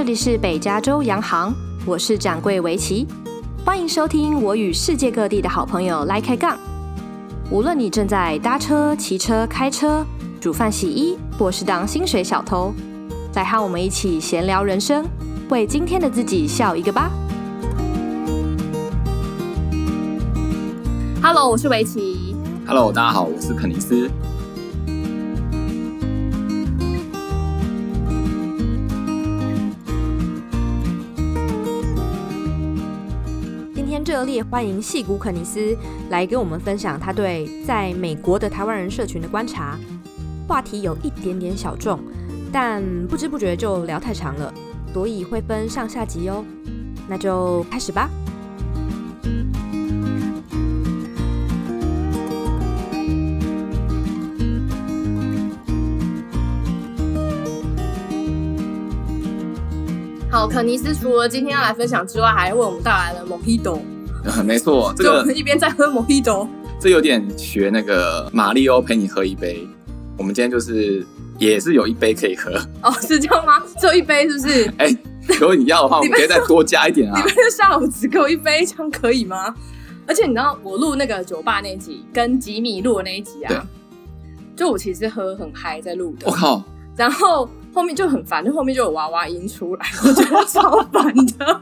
里是北加州洋行，我是掌柜维琪，欢迎收听我与世界各地的好朋友来开杠。无论你正在搭车、骑车、开车、煮饭、洗衣，或是当薪水小偷，来和我们一起闲聊人生，为今天的自己笑一个吧。Hello， 我是维琪。 Hello， 大家好，我是肯尼斯。 今天热烈欢迎矽谷肯尼斯来跟我们分享他对在美国的台湾人社群的观察。话题有一点点小众，但不知不觉就聊太长了，所以会分上下集哦。那就开始吧。好，肯尼斯除了今天要来分享之外，还为我们带来了 Mojito。 没错，这个我们一边在喝 Mojito， 这有点学那个马里欧陪你喝一杯。我们今天就是也是有一杯可以喝。哦， 是这样吗？只有一杯是不是？ 如果你要的话，我们可以再多加一点啊。 你们就下午只给我一杯，这样可以吗？而且你知道我录那个酒吧那一集跟吉米录的那一集啊，就我其实喝很嗨在录的。 我靠！ 然后后面就很烦，就后面就有娃娃音出来，我觉得超烦的。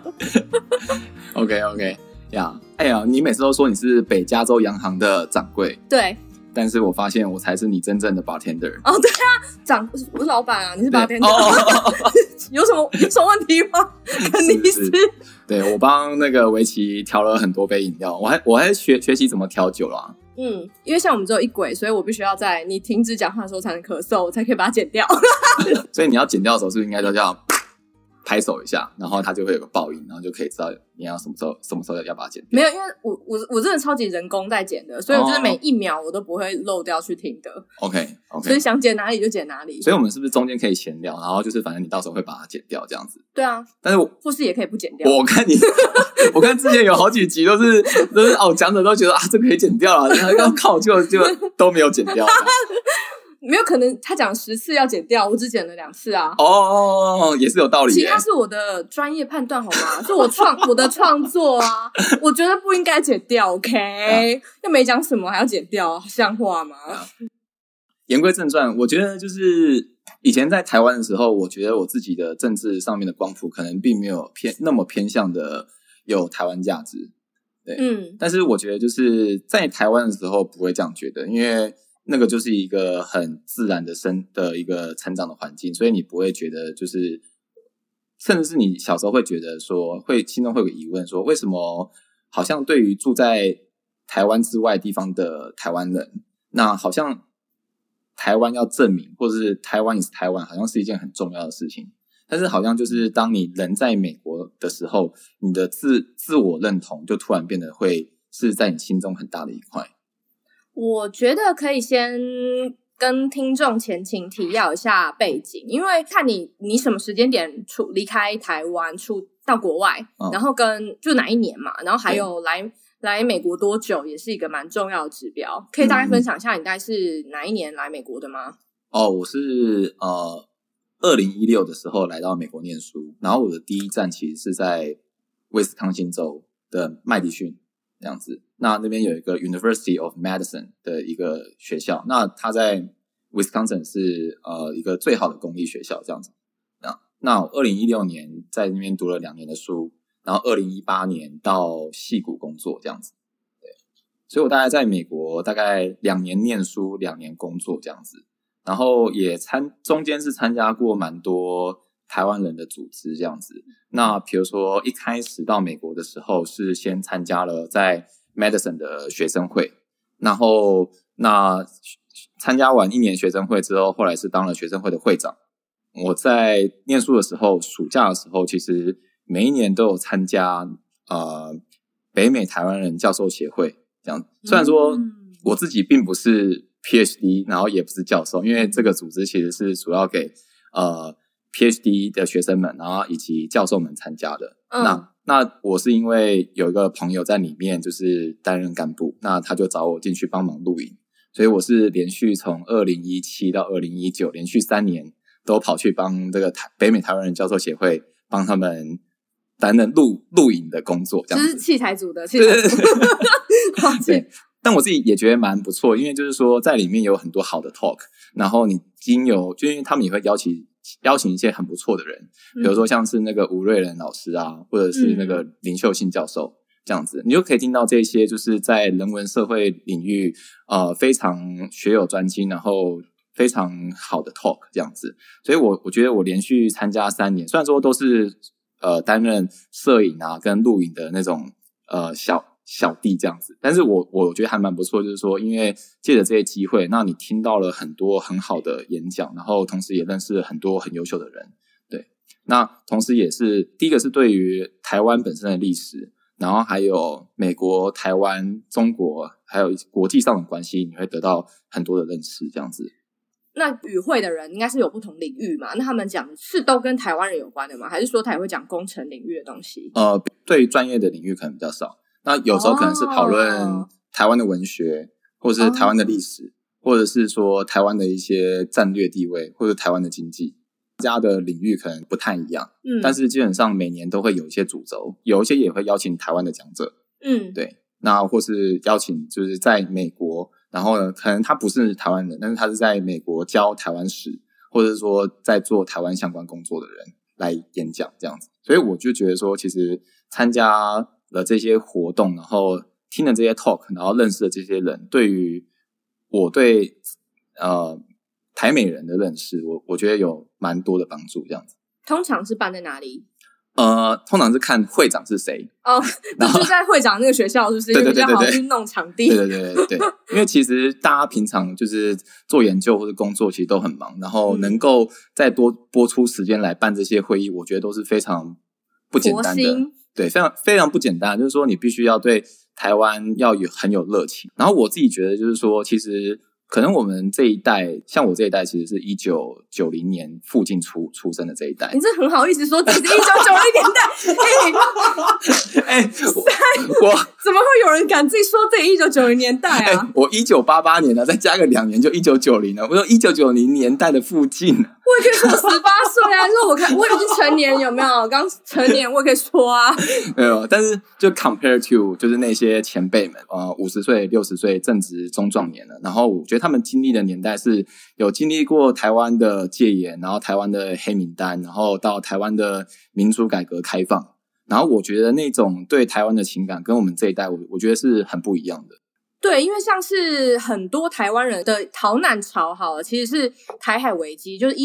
OK 呀，你每次都说你是北加州洋行的掌柜， 对， 但是我发现我才是你真正的 bartender。 哦，对啊，我是老板啊，你是 bartender，有什么问题吗？肯尼斯， 对，我帮那个维奇调了很多杯饮料，我还学习怎么调酒啦。 因为像我们只有一轨，所以我必须要在你停止讲话的时候才能咳嗽，我才可以把它剪掉。 所以你要剪掉的时候，是不是应该就这样拍手一下，然后它就会有个爆音，然后就可以知道你要什么时候要把它剪掉？ 没有，因为我真的超级人工在剪的，所以我就是每一秒我都不会漏掉去听的。 OK， 所以想剪哪里就剪哪里。 所以我们是不是中间可以闲聊，然后就是反正你到时候会把它剪掉这样子？ 对啊， 但是或是也可以不剪掉。 我看之前有好几集都是讲者都觉得啊这个可以剪掉了，然后要靠就都没有剪掉。 没有可能他讲10次要剪掉，我只剪了2次啊。 哦，也是有道理耶。 其他是我的专业判断好吗？是我的创作啊，我觉得不应该剪掉。OK，又没讲什么还要剪掉，像话吗？ 言归正传，我觉得就是以前在台湾的时候，我觉得我自己的政治上面的光谱可能并没有那么偏向的有台湾价值。对，但是我觉得就是在台湾的时候不会这样觉得，因为那个就是一个很自然的一个成长的环境，所以你不会觉得就是，甚至是你小时候会觉得说，心中会有个疑问说，为什么好像对于住在台湾之外地方的台湾人，那好像台湾要证明，或者是台湾is台湾，好像是一件很重要的事情。但是好像就是当你人在美国的时候，你的自我认同就突然变得会是在你心中很大的一块。 我觉得可以先跟听众前情提要一下背景，因为看你什么时间点离开台湾到国外，然后跟就哪一年嘛，然后还有来美国多久也是一个蛮重要的指标。可以大概分享一下你大概是哪一年来美国的吗？ 我是2016的时候来到美国念书，然后我的第一站其实是在威斯康星州的麦迪逊这样子。那边有一个 University of Madison 的一个学校，那它在 Wisconsin 是一个最好的公立学校这样子。那我2016年在那边读了2年的书，然后2018年到矽谷工作这样子。对，所以我大概在美国大概2年念书2年工作这样子，然后也中间是参加过蛮多台湾人的组织这样子。那比如说一开始到美国的时候是先参加了在Madison 的学生会，然后参加完1年学生会之后，后来是当了学生会的会长。我在念书的时候，暑假的时候，其实每一年都有参加北美台湾人教授协会这样。虽然说我自己并不是 PhD， 然后也不是教授，因为这个组织其实是主要给PhD 的学生们，然后以及教授们参加的。那我是因为有一个朋友在里面就是担任干部，那他就找我进去帮忙录影，所以我是连续从2017到2019连续3年都跑去帮这个北美台湾人教授协会帮他们担任录影的工作，这样子。 就是器材组的器材组。 对，但我自己也觉得蛮不错，因为就是说在里面有很多好的 talk， 然后你就因为他们也会邀请一些很不错的人，比如说像是那个吴瑞仁老师啊，或者是那个林秀信教授这样子，你就可以听到这些就是在人文社会领域非常学有专精，然后非常好的 talk 这样子。所以我觉得我连续参加3年，虽然说都是担任摄影啊跟录影的那种小弟这样子，但是我觉得还蛮不错，就是说因为借着这些机会，那你听到了很多很好的演讲，然后同时也认识了很多很优秀的人。对，那同时也是第一个是对于台湾本身的历史，然后还有美国、台湾、中国还有国际上的关系，你会得到很多的认识这样子。 那与会的人应该是有不同领域嘛？那他们讲是都跟台湾人有关的吗？还是说他也会讲工程领域的东西？ 对专业的领域可能比较少。那有时候可能是讨论台湾的文学，或者是台湾的历史，或者是说台湾的一些战略地位，或者台湾的经济。家的领域可能不太一样，但是基本上每年都会有一些主轴，有一些也会邀请台湾的讲者，对，那或是邀请就是在美国，然后呢，可能他不是台湾人，但是他是在美国教台湾史，或者是说在做台湾相关工作的人来演讲这样子。所以我就觉得说，其实参加了这些活动，然后听了这些 talk， 然后认识了这些人，对于我对台美人的认识，我觉得有蛮多的帮助这样子。 通常是办在哪里？ 通常是看会长是谁就是在会长那个学校，是不是？ 对对对对对， 比较好去弄场地。 对对对对对，因为其实大家平常就是做研究或者工作，其实都很忙，然后能够再多拨出时间来办这些会议，我觉得都是非常不简单的。对，非常非常不简单，就是说你必须要对台湾要很有热情。然后我自己觉得就是说，其实可能我们这一代，像我这一代，其实是1990年附近出生的这一代。 你这很好意思说自己是1990年代？我怎么会有人敢自己说自己1990年代啊？ 我1988年了，再加个2年就1990了。我说1990年代的附近。 我也可以说18岁啊，说我已经成年，有没有？刚成年我也可以说啊。 没有，但是就 compare to 就是那些前辈们50岁、60岁正值中壮年了，然后我觉得他们经历的年代是有经历过台湾的戒严，然后台湾的黑名单，然后到台湾的民主改革开放，然后我觉得那种对台湾的情感跟我们这一代我觉得是很不一样的。 对，因为像是很多台湾人的逃难潮好了，其实是台海危机，就是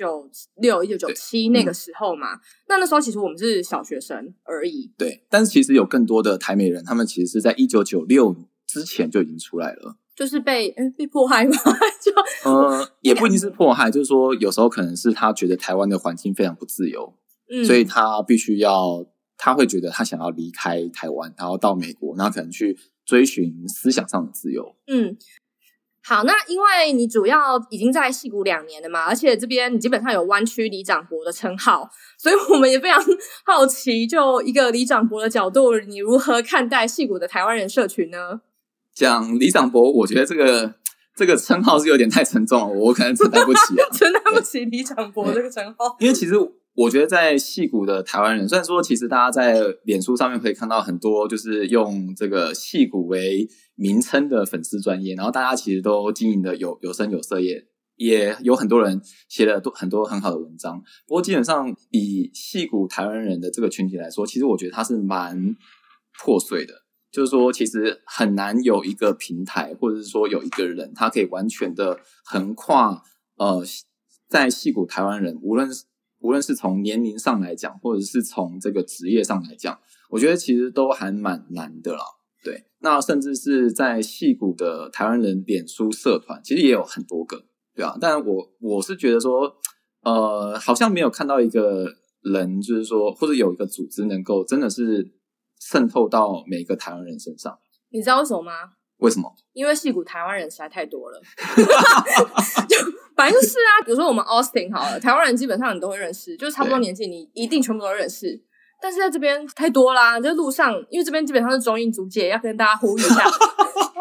1996、1997那个时候嘛。那时候其实我们是小学生而已。 对，但是其实有更多的台美人，他们其实是在1996之前就已经出来了。 就是被迫害吗？ 也不一定是迫害，就是说有时候可能是他觉得台湾的环境非常不自由，所以他会觉得他想要离开台湾，然后到美国，然后可能去追寻思想上的自由。 好，那因为你主要已经在矽谷2年了嘛，而且这边你基本上有湾区里长伯的称号，所以我们也非常好奇，就一个里长伯的角度，你如何看待矽谷的台湾人社群呢？ 讲里长伯，我觉得这个称号是有点太沉重了，我可能承担不起承担不起里长伯这个称号。 因为其实我觉得在矽谷的台湾人，虽然说其实大家在脸书上面可以看到很多就是用这个矽谷为名称的粉丝专页，然后大家其实都经营的有声有色，也有很多人写了很多很好的文章。不过基本上以矽谷台湾人的这个群体来说，其实我觉得它是蛮破碎的。就是说其实很难有一个平台，或者是说有一个人他可以完全的横跨在矽谷台湾人无论是从年龄上来讲，或者是从这个职业上来讲，我觉得其实都还蛮难的啦。对，那甚至是在矽谷的台湾人脸书社团其实也有很多个，对啊，但我是觉得说好像没有看到一个人，就是说或者有一个组织能够真的是渗透到每个台湾人身上。 你知道为什么吗？ 为什么？ 因为矽谷台湾人实在太多了。就反正就是啊，比如说我们 Austin 好了，台湾人基本上你都会认识，就是差不多年纪你一定全部都认识。但是在这边太多啦，在路上，因为这边基本上是中英租界，要跟大家呼吁一下。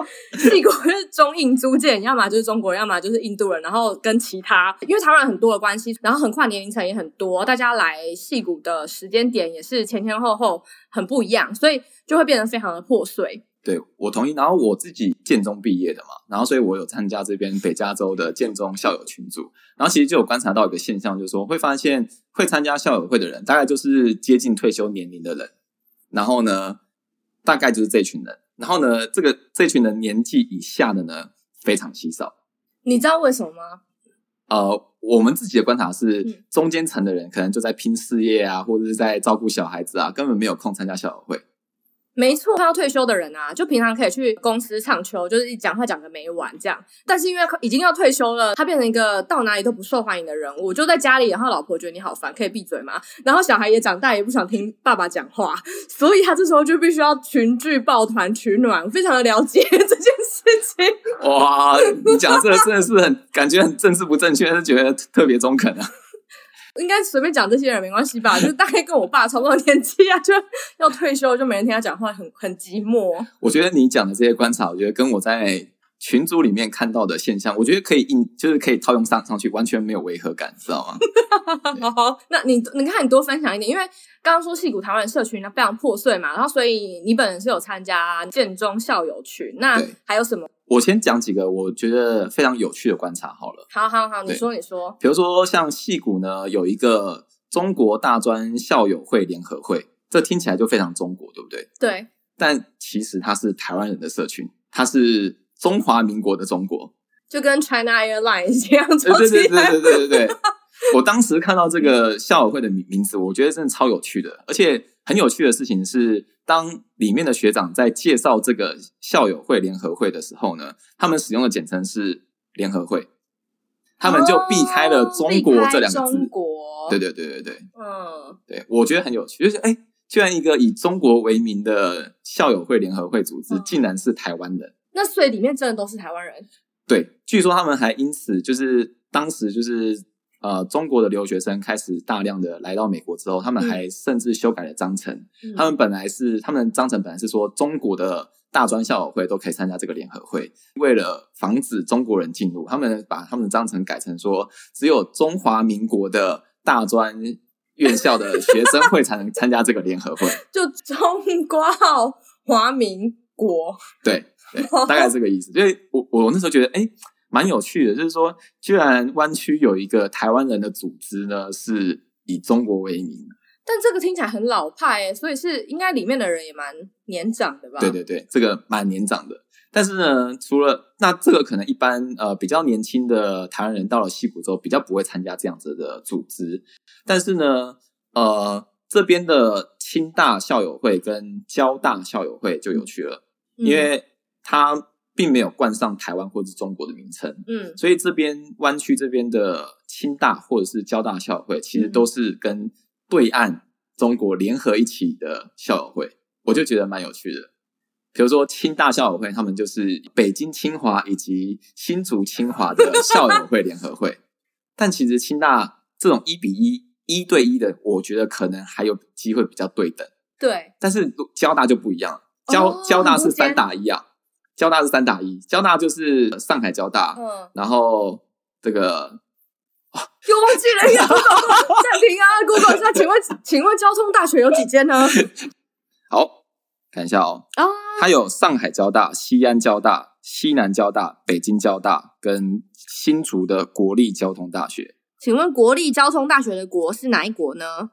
矽谷就是中印租界，要么就是中国人，要么就是印度人，然后跟其他，因为台湾人很多的关系，然后横跨年龄层也很多，大家来矽谷的时间点也是前前后后很不一样，所以就会变得非常的破碎。 对，我同意。然后我自己建中毕业的嘛，然后所以我有参加这边北加州的建中校友群组，然后其实就有观察到一个现象，就是说会发现会参加校友会的人大概就是接近退休年龄的人，然后呢大概就是这群人，然后呢这群人年纪以下的呢非常稀少。 你知道为什么吗？ 我们自己的观察是，中间层的人可能就在拼事业啊，或者是在照顾小孩子啊，根本没有空参加校友会。 没错，他要退休的人啊，就平常可以去公司唱秋，就是一讲话讲个没完这样。但是因为已经要退休了，他变成一个到哪里都不受欢迎的人物，就在家里，然后老婆觉得你好烦，可以闭嘴吗？然后小孩也长大，也不想听爸爸讲话，所以他这时候就必须要群聚抱团取暖。我非常的了解这件事情。 哇，你讲这个真的是感觉很政治不正确，但是觉得特别中肯啊。 应该随便讲这些人没关系吧，就是大概跟我爸差不多年纪啊，就要退休，就没人听他讲话，很寂寞。我觉得你讲的这些观察，我觉得跟我在群组里面看到的现象，我觉得可以就是可以套用上去，完全没有违和感，知道吗？好，那你看你多分享一点，因为刚刚说矽谷台湾社群非常破碎嘛，然后所以你本人是有参加建中校友群，那还有什么？ 我先讲几个我觉得非常有趣的观察好了。 好，你说。 比如说像矽谷呢，有一个中国大专校友会联合会，这听起来就非常中国，对不对？ 对。 但其实它是台湾人的社群，它是中华民国的中国， 就跟 China Airlines 一样。 对。我当时看到这个校友会的名字，我觉得真的超有趣的，而且很有趣的事情是，当里面的学长在介绍这个校友会联合会的时候呢，他们使用的简称是联合会，他们就避开了中国这两个字。 中国， 对。对，我觉得很有趣，就是居然一个以中国为名的校友会联合会组织，竟然是台湾人。 那所以里面真的都是台湾人？ 对，据说他们还因此就是当时就是中国的留学生开始大量的来到美国之后，他们还甚至修改了章程。他们的章程本来是说中国的大专校友会都可以参加这个联合会，为了防止中国人进入，他们把他们的章程改成说只有中华民国的大专院校的学生会才能参加这个联合会。 就中华民国。 对，大概这个意思。所以我那时候觉得蛮有趣的，就是说居然湾区有一个台湾人的组织呢是以中国为名， 但这个听起来很老派所以是应该里面的人也蛮年长的吧？ 对，这个蛮年长的。但是呢，除了那这个可能一般比较年轻的台湾人到了矽谷之后比较不会参加这样子的组织，但是呢这边的清大校友会跟交大校友会就有趣了，因为它并没有冠上台湾或者中国的名称，所以这边湾区这边的清大或者是交大校友会其实都是跟对岸中国联合一起的校友会，我就觉得蛮有趣的。比如说清大校友会，他们就是北京清华以及新竹清华的校友会联合会，但其实清大这种1:1对1的，我觉得可能还有机会比较对等， 对， 但是交大就不一样，交大是3打1啊。交大是3打1，交大就是上海交大，然后这个又忘记了，暂停啊 ，Google 一下，请问交通大学有几间呢？ 好，看一下它有上海交大、西安交大、西南交大、北京交大跟新竹的国立交通大学。 请问国立交通大学的国是哪一国呢？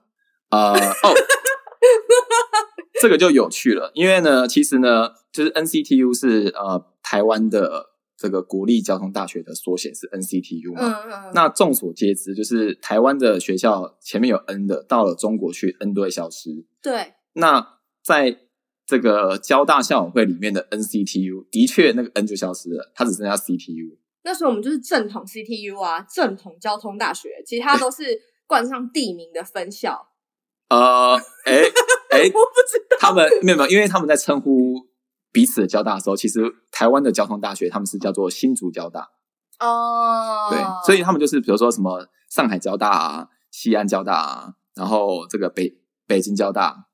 这个就有趣了，因为呢，其实呢，就是 NCTU 是台湾的这个国立交通大学的缩写是 NCTU 嘛。那众所皆知，就是台湾的学校前面有 N 的，到了中国去 N 都会消失。 对。 那在这个交大校友会里面的 NCTU， 的确那个 N 就消失了，它只剩下 CTU。 那时候我们就是正统 CTU 啊，正统交通大学，其他都是冠上地名的分校。我不知道他们没有，因为他们在称呼彼此的交大的时候，其实台湾的交通大学他们是叫做新竹交大。对，所以他们就是比如说什么上海交大啊、西安交大啊，然后这个北京交大，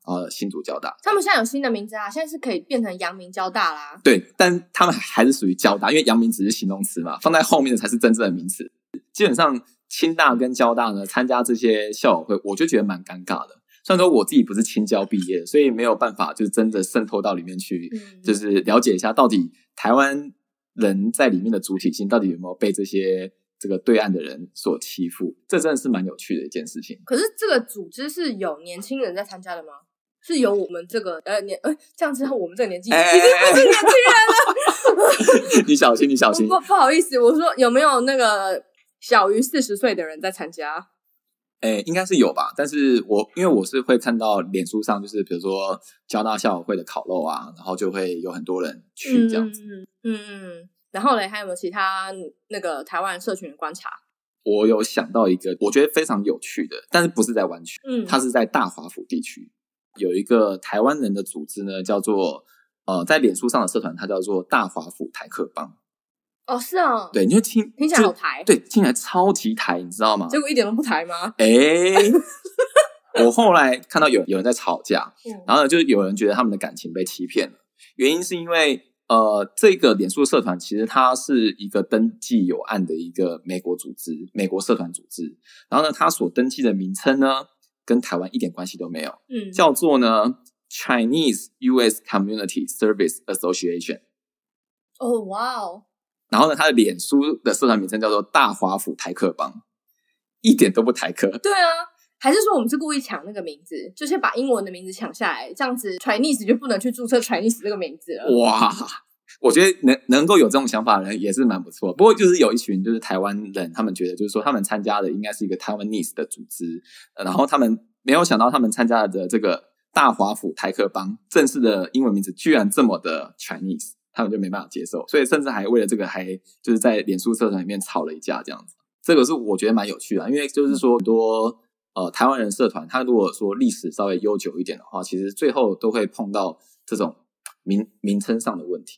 新竹交大。 他们现在有新的名字啊，现在是可以变成阳明交大啦。 对，但他们还是属于交大，因为阳明只是形容词嘛，放在后面的才是真正的名词。基本上清大跟交大呢参加这些校友会，我就觉得蛮尴尬的。虽然说我自己不是清交毕业的，所以没有办法就真的渗透到里面去，就是了解一下到底台湾人在里面的主体性到底有没有被这个对岸的人所欺负，这真的是蛮有趣的一件事情。 可是这个组织是有年轻人在参加的吗？是有我们这个这样之后我们这个年纪已经不是年轻人了。 你小心，你小心。 不好意思，我说有没有那个小于40岁的人在参加？ 应该是有吧，但是因为我是会看到脸书上，就是比如说交大校友会的烤肉啊，然后就会有很多人去这样子。 然后嘞，还有没有其他那个台湾社群的观察？ 我有想到一个我觉得非常有趣的，但是不是在湾区，它是在大华府地区，有一个台湾人的组织呢，叫做在脸书上的社团，它叫做大华府台客帮。 哦，是啊， 对，你就听起来好台， 对，听起来超级台，你知道吗？ 结果一点都不台吗？ 我后来看到有人在吵架，然后呢，就有人觉得他们的感情被欺骗了，原因是因为这个脸书社团其实它是一个登记有案的一个美国组织，美国社团组织，然后呢，它所登记的名称呢，跟台湾一点关系都没有，叫做呢 Chinese US Community Service Association。 哦，哇哦！ 然后呢，他的脸书的社团名称叫做大华府台客帮，一点都不台客。 对啊，还是说我们是故意抢那个名字，就是把英文的名字抢下来，这样子 Chinese 就不能去注册 Chinese 这个名字了。 哇，我觉得能够有这种想法的人也是蛮不错。不过就是有一群就是台湾人，他们觉得就是说他们参加的应该是一个 Taiwanese 的组织，然后他们没有想到他们参加的这个大华府台客帮正式的英文名字居然这么的 Chinese。他们就没办法接受，所以甚至还为了这个还就是在脸书社团里面吵了一架这样子。这个是我觉得蛮有趣的，因为就是说很多台湾人社团，他如果说历史稍微悠久一点的话，其实最后都会碰到这种名称上的问题。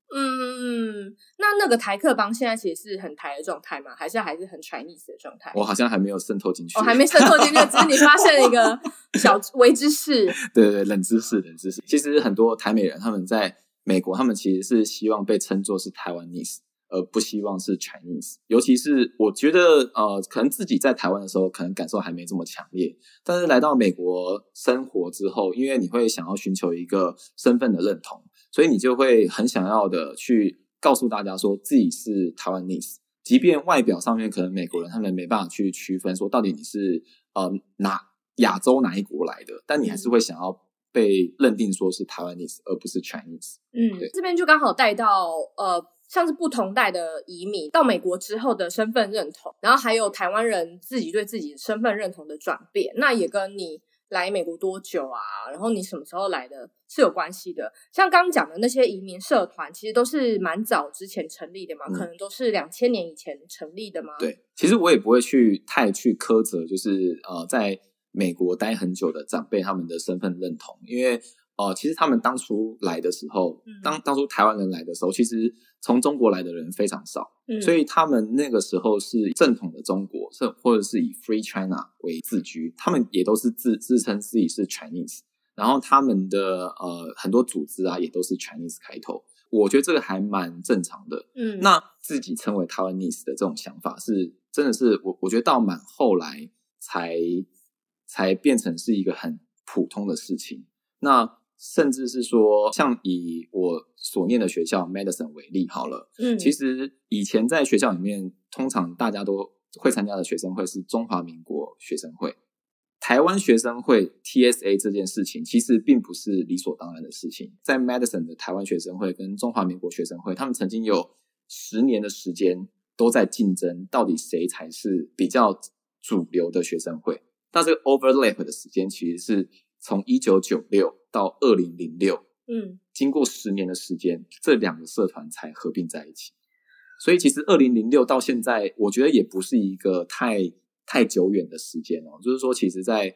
那个台客帮现在其实是很台的状态吗？还是很 Chinese 的状态？ 我好像还没有渗透进去。 还没渗透进去，只是你发现了一个小微知识。 对，冷知识。其实很多台美人他们在美国，他们其实是希望被称作是 Taiwanese， 而不希望是 Chinese。尤其是我觉得可能自己在台湾的时候，可能感受还没这么强烈，但是来到美国生活之后，因为你会想要寻求一个身份的认同，所以你就会很想要的去告诉大家说自己是 Taiwanese， 即便外表上面可能美国人他们没办法去区分说到底你是亚洲哪一国来的，但你还是会想要被认定说是 Taiwanese 而不是 Chinese。 这边就刚好带到像是不同代的移民到美国之后的身份认同，然后还有台湾人自己对自己身份认同的转变，那也跟你来美国多久啊，然后你什么时候来的是有关系的。像刚刚讲的那些移民社团其实都是蛮早之前成立的嘛，可能都是2000年以前成立的嘛。 对，其实我也不会太去苛责就是在美国待很久的长辈他们的身份认同，因为其实他们当初来的时候，当初台湾人来的时候，其实从中国来的人非常少，所以他们那个时候是正统的中国，或者是以 Free China 为自居，他们也都是自称自己是 Chinese， 然后他们的很多组织啊也都是 Chinese 开头，我觉得这个还蛮正常的。那自己称为 Taiwanese 的这种想法是真的是我觉得到蛮后来才变成是一个很普通的事情。那甚至是说像以我所念的学校 Madison 为例好了，其实以前在学校里面通常大家都会参加的学生会是中华民国学生会，台湾学生会 TSA 这件事情其实并不是理所当然的事情。在 Madison 的台湾学生会跟中华民国学生会，他们曾经有10年的时间都在竞争到底谁才是比较主流的学生会。那这个 overlap 的时间其实是从1996到2006，经过10年的时间，这2个社团才合并在一起。所以其实2006到现在，我觉得也不是一个太久远的时间哦。就是说，其实在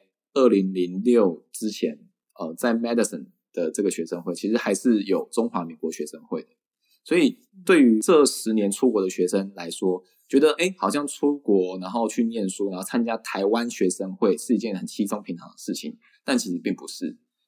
2006之前，在 Madison 的这个学生会，其实还是有中华民国学生会的。所以对于这10年出国的学生来说，觉得好像出国然后去念书，然后参加台湾学生会是一件很稀松平常的事情，但其实并不是。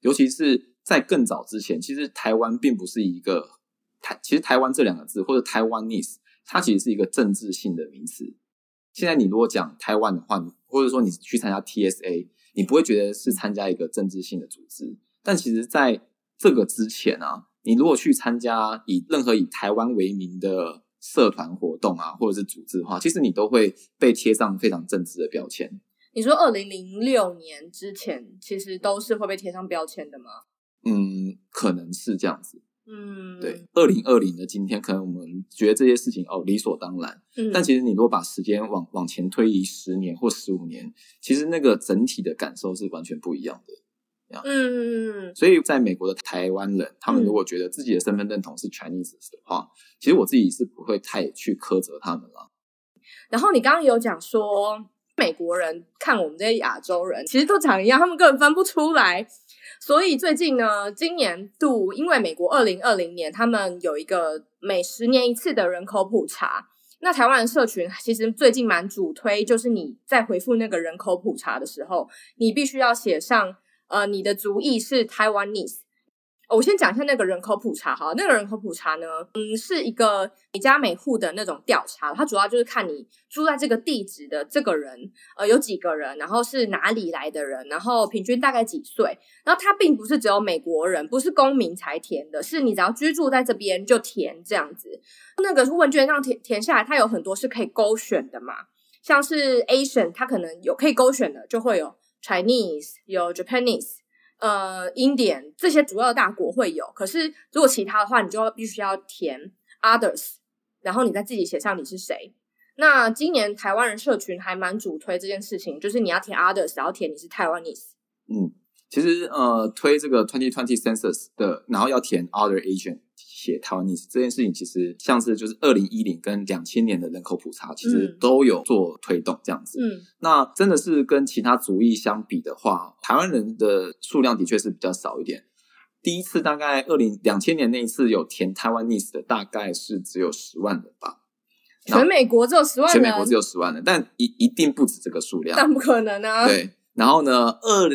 尤其是在更早之前，其实台湾并不是一个其实台湾这两个字或者 Taiwanese， 它其实是一个政治性的名词。现在你如果讲台湾的话，或者说你去参加 TSA， 你不会觉得是参加一个政治性的组织，但其实在这个之前啊，你如果去参加任何以台湾为名的社团活动啊，或者是组织的话，其实你都会被贴上非常政治的标签。 你说2006年之前其实都是会被贴上标签的吗？ 可能是这样子。 嗯， 对，2020的今天，可能我们觉得这些事情理所当然，但其实你如果把时间往前推移10年或15年，其实那个整体的感受是完全不一样的。所以在美国的台湾人，他们如果觉得自己的身份认同是 Chinese 的话，其实我自己是不会太去苛责他们啦。 然后你刚刚有讲说美国人看我们这些亚洲人其实都长一样，他们根本分不出来。所以最近呢，今年度因为美国2020年他们有一个每10年一次的人口普查，那台湾的社群其实最近蛮主推，就是你在回复那个人口普查的时候，你必须要写上你的族裔是 Taiwanese。我先讲一下那个人口普查好，那个人口普查呢，是一个每家每户的那种调查，它主要就是看你住在这个地址的这个人有几个人，然后是哪里来的人，然后平均大概几岁，然后它并不是只有美国人，不是公民才填的，是你只要居住在这边就填这样子。那个问卷上填下来，它有很多是可以勾选的嘛，像是 Asian 它可能有可以勾选的，就会有 Chinese 有 Japanese Indian 这些主要的大国会有，可是如果其他的话，你就必须要填 others， 然后你再自己写上你是谁。那今年台湾人社群还蛮主推这件事情，就是你要填 others， 然后填你是 Taiwanese。 其实推这个2020 census 的，然后要填 other Asian 写 Taiwanese 这件事情，其实像是就是2010跟2000年的人口普查，其实都有做推动这样子。那真的是跟其他族裔相比的话，台湾人的数量的确是比较少一点。第一次大概2000年那一次有填 Taiwanese 的，大概是只有10万人吧。 全美国只有10万人？ 全美国只有10万人，但一定不止这个数量。 但不可能啊。 对。然后呢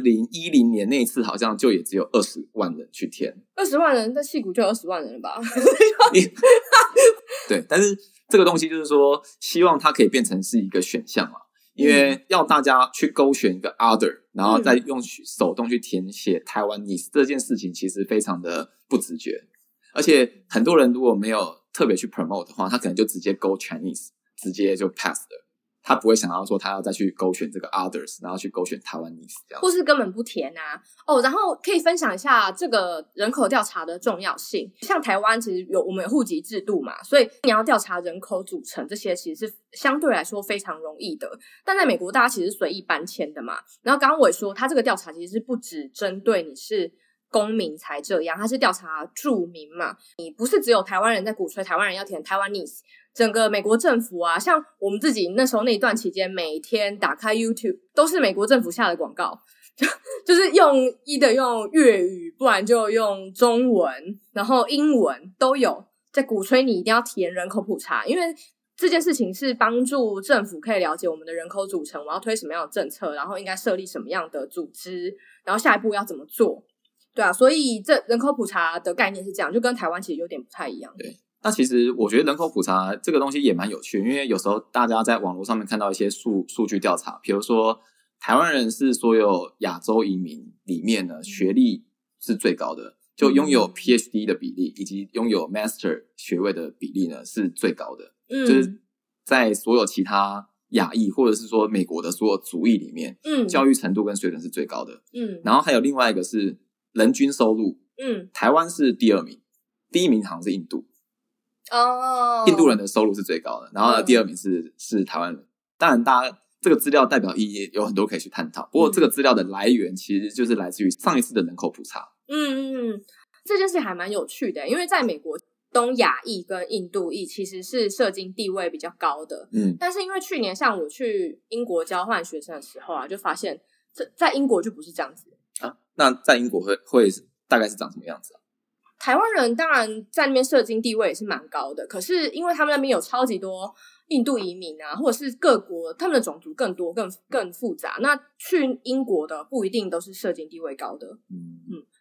，2010年那一次好像就也只有20万人去填。 20万人在矽谷就有20万人了吧？ 对，但是这个东西就是说，希望它可以变成是一个选项嘛，因为要大家去勾选一个 other， 然后再用手动去填写 Taiwanese 这件事情，其实非常的不直觉，而且很多人如果没有特别去 promote 的话，他可能就直接勾 Chinese， 直接就 pass 了。他不会想要说他要再去勾选这个 others， 然后去勾选 Taiwanese 这样， 或是根本不填啊。然后可以分享一下这个人口调查的重要性。像台湾其实我们有户籍制度嘛，所以你要调查人口组成这些其实是相对来说非常容易的。但在美国大家其实随意搬迁的嘛。然后刚刚我也说，他这个调查其实是不只针对你是公民才这样，他是调查住民嘛。你不是只有台湾人在鼓吹台湾人要填 Taiwanese，整个美国政府啊，像我们自己那时候那一段期间，每天打开 YouTube 都是美国政府下的广告，就是用粤语，不然就用中文，然后英文都有在鼓吹你一定要填人口普查，因为这件事情是帮助政府可以了解我们的人口组成，我要推什么样的政策，然后应该设立什么样的组织，然后下一步要怎么做。对啊，所以这人口普查的概念是这样，就跟台湾其实有点不太一样。 对。那其实我觉得人口普查这个东西也蛮有趣，因为有时候大家在网络上面看到一些数据调查，比如说台湾人是所有亚洲移民里面呢学历是最高的，就拥有 PhD 的比例以及拥有 Master 学位的比例呢是最高的，就是在所有其他亚裔或者是说美国的所有族裔里面，教育程度跟水准是最高的。然后还有另外一个是人均收入，台湾是第2名，第1名好像是印度。印度人的收入是最高的，然后呢，第2名是台湾人。当然，大家这个资料代表意义有很多可以去探讨。不过，这个资料的来源其实就是来自于上一次的人口普查。 这件事还蛮有趣的，因为在美国，东亚裔跟印度裔其实是社经地位比较高的。但是因为去年像我去英国交换学生的时候啊，就发现在英国就不是这样子啊。那在英国会大概是长什么样子啊？ 台湾人当然在那边社经地位也是蛮高的，可是因为他们那边有超级多印度移民啊，或者是各国他们的种族更多更复杂，那去英国的不一定都是社经地位高的。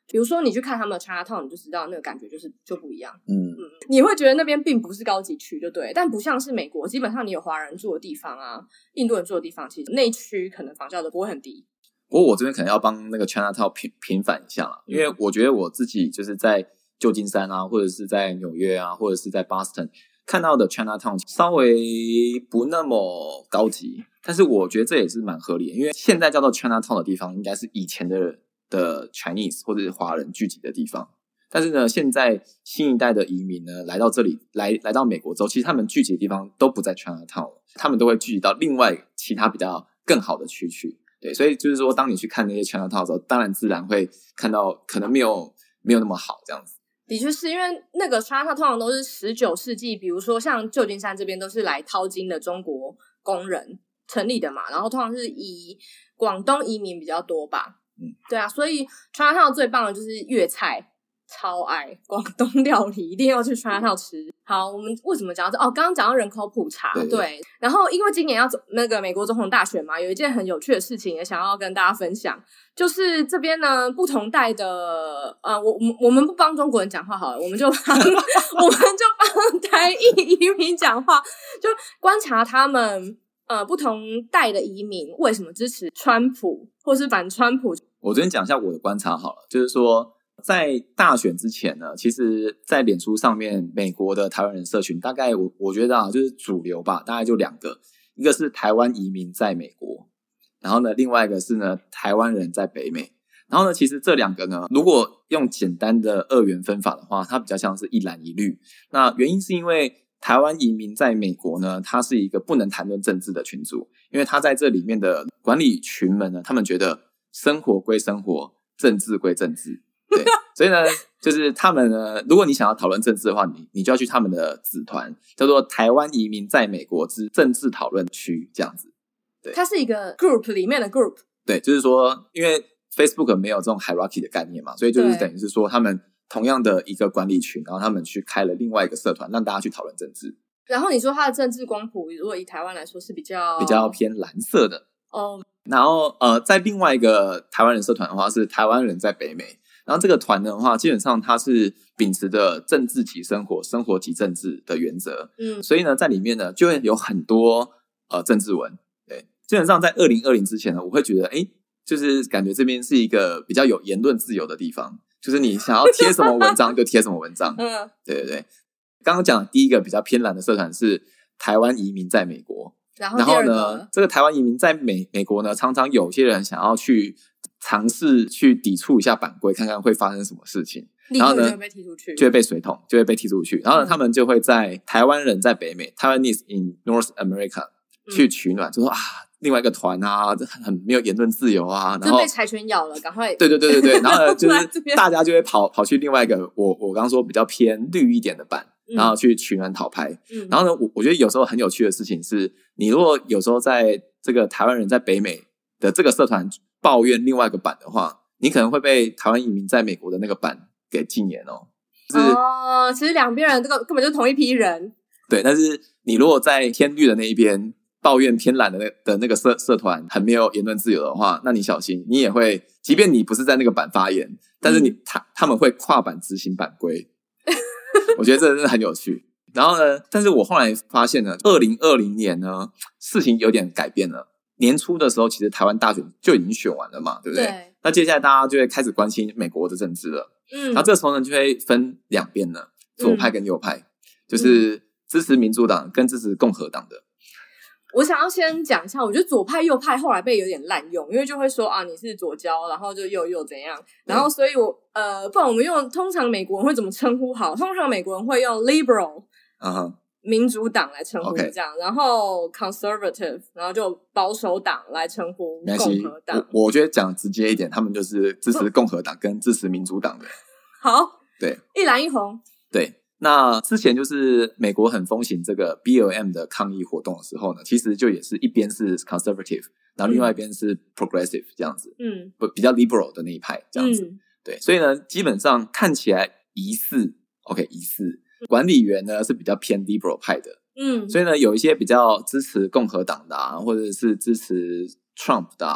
比如说你去看他们的 Chinatown， 你就知道那个感觉就不一样。 嗯， 你会觉得那边并不是高级区，就对，但不像是美国，基本上你有华人住的地方啊，印度人住的地方，其实内区可能房价都不会很低。 不过我这边可能要帮那个 Chinatown 平反一下啦，因为我觉得我自己就是在旧金山啊，或者是在纽约啊，或者是在 Boston 看到的 Chinatown 稍微不那么高级，但是我觉得这也是蛮合理的，因为现在叫做 Chinatown 的地方应该是以前的 Chinese 或者是华人聚集的地方，但是呢，现在新一代的移民呢来到这里来到美国之后，其实他们聚集的地方都不在 Chinatown， 他们都会聚集到另外其他比较更好的区去。对，所以就是说，当你去看那些 Chinatown 的时候，当然自然会看到可能没有那么好这样子。 的确是因为那个 Chinatown 通常都是19世纪，比如说像旧金山这边都是来淘金的中国工人成立的嘛，然后通常是以广东移民比较多吧。对啊，所以 Chinatown 最棒的就是粤菜，超爱广东料理，一定要去 Chinatown 吃。好，我们为什么讲到这？刚刚讲到人口普查，对。然后因为今年要走那个美国总统大选嘛，有一件很有趣的事情也想要跟大家分享，就是这边呢不同代的我们不帮中国人讲话好了，我们就帮台裔移民讲话，就观察他们不同代的移民为什么支持川普或是反川普。 我这边讲一下我的观察好了，就是说在大选之前呢，其实在脸书上面美国的台湾人社群大概我觉得啊，就是主流吧，大概就2个，一个是台湾移民在美国，然后呢另外一个是呢台湾人在北美。然后呢其实这2个呢，如果用简单的2元分法的话，它比较像是一蓝一绿。那原因是因为台湾移民在美国呢，它是一个不能谈论政治的群组，因为它在这里面的管理群们呢，他们觉得生活归生活，政治归政治。对，所以呢，就是他们呢，如果你想要讨论政治的话，你就要去他们的子团，叫做台湾移民在美国之政治讨论区，这样子。对， 它是一个 group 里面的 group。 对，就是说，因为 Facebook 没有这种 hierarchy 的概念嘛，所以就是等于是说，他们同样的一个管理群，然后他们去开了另外一个社团，让大家去讨论政治。 然后你说它的政治光谱，如果以台湾来说是比较偏蓝色的哦。然后在另外一个台湾人社团的话，是台湾人在北美。然后这个团的话，基本上它是秉持着政治即生活，生活即政治的原则。所以呢，在里面呢，就会有很多政治文。对，基本上在2020之前呢，我会觉得，就是感觉这边是一个比较有言论自由的地方，就是你想要贴什么文章就贴什么文章。对对对。刚刚讲的第一个比较偏蓝的社团是台湾移民在美国，然后呢，这个台湾移民在美国呢，常常有些人想要去尝试去抵触一下版规，看看会发生什么事情，然后呢就会被踢出去， 就会被水桶，就会被踢出去。然后呢，他们就会在台湾人在北美 Taiwanese in North America 去取暖，就说另外一个团啊，很没有言论自由啊，然后就被柴犬咬了，赶快对，然后呢，就是大家就会跑去另外一个我刚刚说比较偏绿一点的版，然后去取暖讨拍。然后呢，我觉得有时候很有趣的事情是，你如果有时候在这个台湾人在北美的这个社团抱怨另外一个版的话，你可能会被台湾移民在美国的那个版给禁言哦。 其实两边人这个根本就是同一批人。 对，但是你如果在偏绿的那一边抱怨偏蓝的那个社团很没有言论自由的话，那你小心，你也会，即便你不是在那个版发言，但是他们会跨版执行版规。我觉得这真的很有趣。然后呢，但是我后来发现呢，2020年呢，事情有点改变了。年初的时候，其实台湾大选就已经选完了嘛，对不对？对。那接下来大家就会开始关心美国的政治了。然后这时候呢，就会分2边了，左派跟右派，就是支持民主党跟支持共和党的。 我想要先讲一下，我觉得左派右派后来被有点滥用，因为就会说你是左交，然后就右怎样，然后所以我不然我们用通常美国人会怎么称呼好？通常美国人会用 liberal，民主党来称呼这样，然后 conservative， 然后就保守党来称呼共和党。 我觉得讲直接一点，他们就是支持共和党跟支持民主党的。 好， 对， 一蓝一红。 对，那之前就是美国很风行这个 BLM 的抗议活动的时候呢，其实就也是一边是 conservative， 然后另外一边是 progressive 这样子，比较 liberal 的那一派这样子。对，所以呢，基本上看起来疑似管理员呢是比较偏 liberal 派的，所以呢有一些比较支持共和党的或者是支持 Trump 的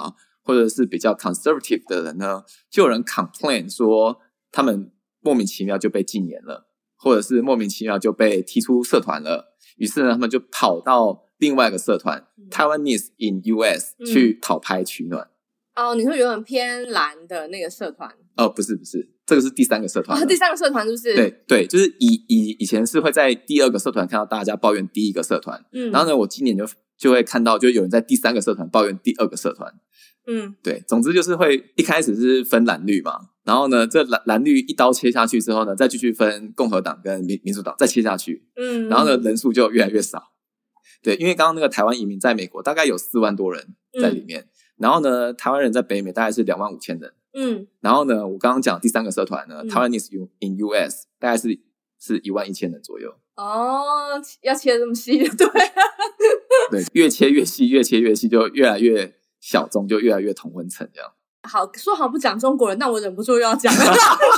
或者是比较 conservative 的人呢，就有人 complain 说他们莫名其妙就被禁言了，或者是莫名其妙就被踢出社团了，于是呢他们就跑到另外一个社团、Taiwanese in US 去讨拍取暖。 你说有点偏蓝的那个社团？ 不是，这个是第三个社团。 第三个社团是不是？ 对，就是以前是会在第二个社团看到大家抱怨第一个社团，然后呢，我今年就会看到就有人在第三个社团抱怨第二个社团。对，总之就是会一开始是分蓝绿嘛，然后呢，这蓝绿一刀切下去之后呢，再继续分共和党跟民主党再切下去，然后呢，人数就越来越少。对，因为刚刚那个台湾移民在美国大概有4万多人在里面，然后呢，台湾人在北美大概是25000人，然后呢，我刚刚讲第三个社团呢，Taiwanese in US 大概是11000人左右。 要切这么细就对了。 对，越切越细，越切越细，就越来越小众，就越来越同温层这样。 好，说好不讲中国人，但我忍不住又要讲了。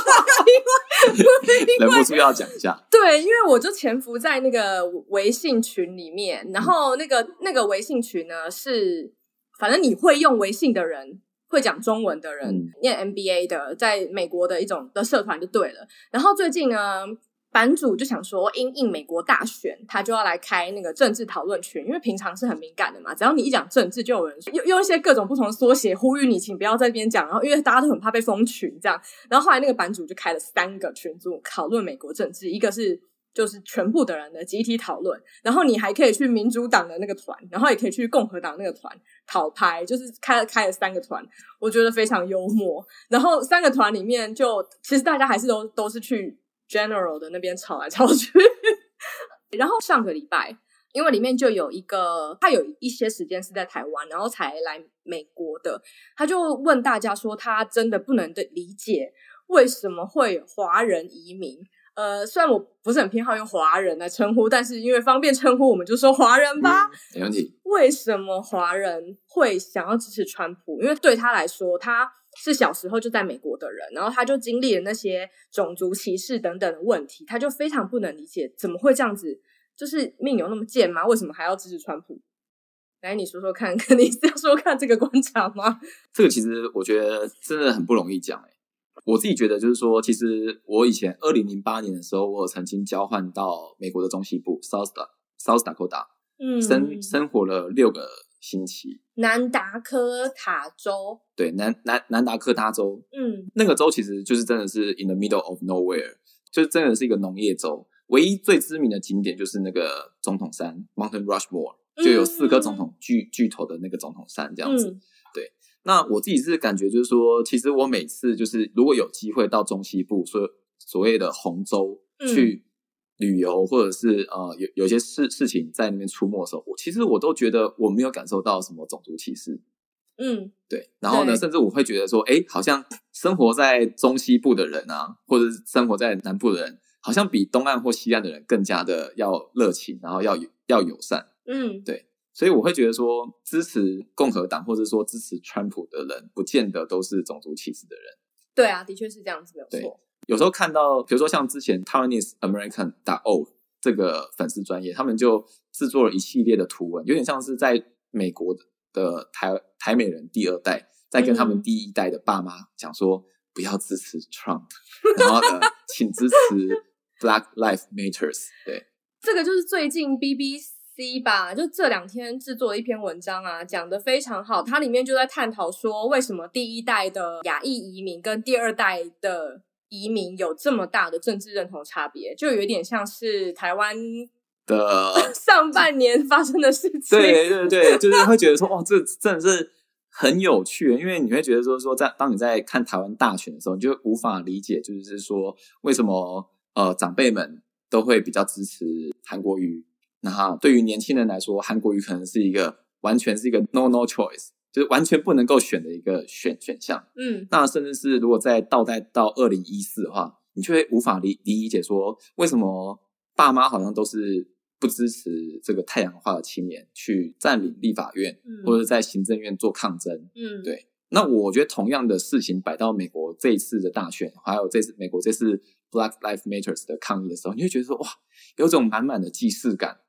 忍不住要讲一下。 对，因为我就潜伏在那个微信群里面，然后那个微信群呢是，反正你会用微信的人，会讲中文的人，念 MBA 的，在美国的一种的社团就对了。然后最近呢，版主就想说因应美国大选，他就要来开那个政治讨论群，因为平常是很敏感的嘛，只要你一讲政治就有人用一些各种不同的缩写呼吁你请不要在这边讲，然后因为大家都很怕被封群这样，然后后来那个版主就开了3个群组讨论美国政治，一个是就是全部的人的集体讨论，然后你还可以去民主党的那个团，然后也可以去共和党那个团讨拍，就是开了3个团，我觉得非常幽默。然后3个团里面就其实大家还是都是去General 的那边吵来吵去。然后上个礼拜因为里面就有一个他有一些时间是在台湾然后才来美国的，他就问大家说他真的不能理解为什么会有华人移民。虽然我不是很偏好用华人来称呼，但是因为方便称呼我们就说华人吧。 没问题。 为什么华人会想要支持川普？因为对他来说他是小时候就在美国的人，然后他就经历了那些种族歧视等等的问题，他就非常不能理解怎么会这样子，就是命有那么贱吗？为什么还要支持川普？来，你说说看，你要说看这个观察吗？ 这个其实我觉得真的很不容易讲我自己觉得就是说，其实我以前2008年的时候，我有曾经交换到美国的中西部 South Dakota，生活了6个星期。 南达科塔州， 对，南达科他州，那个州其实就是真的是 in the middle of nowhere， 就是真的是一个农业州。唯一最知名的景点就是那个总统山 Mountain Rushmore， 就有4颗总统巨头的那个总统山这样子。对。那我自己是感觉就是说，其实我每次就是如果有机会到中西部所谓的红州去旅游，或者是有些事情在那边出没的时候，其实我都觉得我没有感受到什么种族歧视。对。然后呢，甚至我会觉得说，好像生活在中西部的人啊，或者是生活在南部的人，好像比东岸或西岸的人更加的要热情，然后要友善。对。所以我会觉得说，支持共和党或者说支持川普的人，不见得都是种族歧视的人。 对啊，的确是这样子，没有错。 有时候看到，比如说像之前 Taiwanese American.org 这个粉丝专页，他们就制作了一系列的图文，有点像是在美国的台美人第2代，在跟他们第1代的爸妈讲说，不要支持 Trump， 然后呢，请支持 Black Lives Matters。对， 这个就是最近 BBC。吧，就这2天制作了一篇文章啊，讲得非常好。它里面就在探讨说，为什么第1代的亚裔移民跟第2代的移民有这么大的政治认同差别，就有点像是台湾的上半年发生的事情。 对，就是会觉得说，哇，这真的是很有趣，因为你会觉得说当你在看台湾大选的时候，你就无法理解，就是说为什么长辈们都会比较支持韩国瑜。那对于年轻人来说，韩国瑜可能是完全是一个 no choice， 就是完全不能够选的一个选项。那甚至是如果再倒带到2014的话，你就会无法理解说，为什么爸妈好像都是不支持这个太阳花的青年去占领立法院，或者在行政院做抗争。对。那我觉得同样的事情摆到美国这一次的大选，还有美国这次 Black Lives Matters 的抗议的时候，你会觉得说，哇，有种满满的既视感。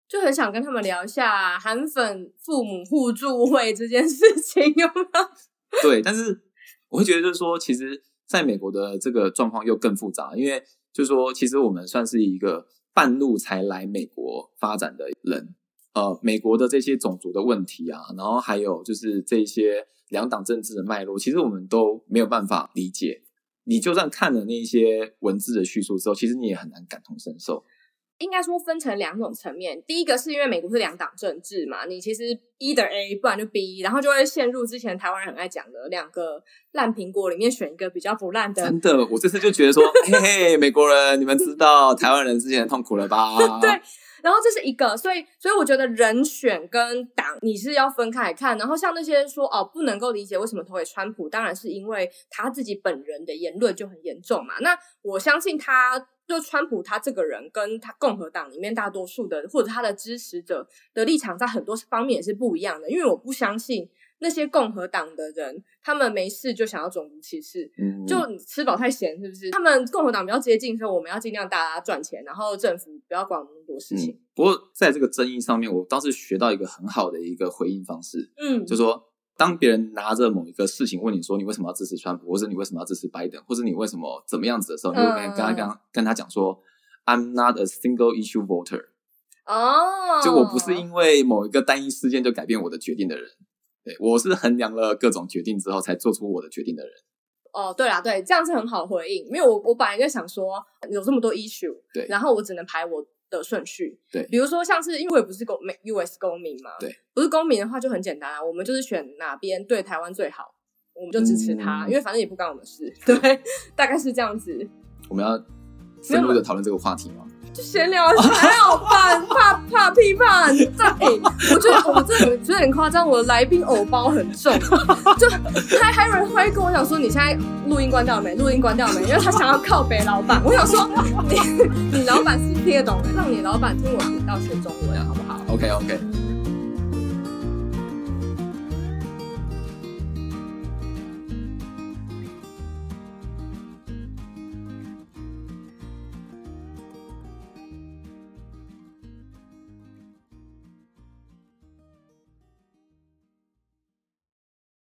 就很想跟他们聊一下韩粉父母互助会这件事情有没有？ 对，但是我会觉得就是说，其实在美国的这个状况又更复杂，因为就是说，其实我们算是一个半路才来美国发展的人。美国的这些种族的问题啊，然后还有就是这些两党政治的脉络，其实我们都没有办法理解。你就算看了那些文字的叙述之后，其实你也很难感同身受。 应该说分成两种层面，第一个是因为美国是两党政治嘛，你其实 either A 不然就 B， 然后就会陷入之前台湾人很爱讲的两个烂苹果里面选一个比较不烂的。 真的，我这次就觉得说嘿嘿，美国人你们知道台湾人之前痛苦了吧？ 对，然后这是一个，所以我觉得人选跟党你是要分开来看。然后像那些说不能够理解为什么投给川普，当然是因为他自己本人的言论就很严重嘛。那我相信就川普他这个人跟他共和党里面大多数的或者他的支持者的立场在很多方面也是不一样的，因为我不相信那些共和党的人他们没事就想要种族歧视，就吃饱太闲是不是？他们共和党比较接近说我们要尽量大家赚钱，然后政府不要管我们那么多事情。 不过在这个争议上面，我倒是学到一个很好的一个回应方式，就是说当别人拿着某一个事情问你说你为什么要支持川普，或者你为什么要支持拜登，或者你为什么怎么样子的时候，你会跟他讲说 I'm not a single issue voter。 就我不是因为某一个单一事件就改变我的决定的人，对，我是衡量了各种决定之后才做出我的决定的人。 对啦，对，这样是很好的回应。因为我本来就想说有这么多 issue， 对，然后我只能排我的顺序， 对， 比如说像是因为我也不是US 公民嘛， 对， 不是公民的话就很简单啊，我们就是选哪边对台湾最好，我们就支持他，因为反正也不干我们事，对，大概是这样子。 我们要深入的讨论这个话题吗？ 就闲聊还好办，怕批判。我觉得我真的觉得很夸张，我的来宾偶包很重，就还有人会跟我讲说你现在录音关掉没？录音关掉没？因为他想要靠北老板。我想说你老板是听得懂的，让你老板听我频道学中文好不好？ OK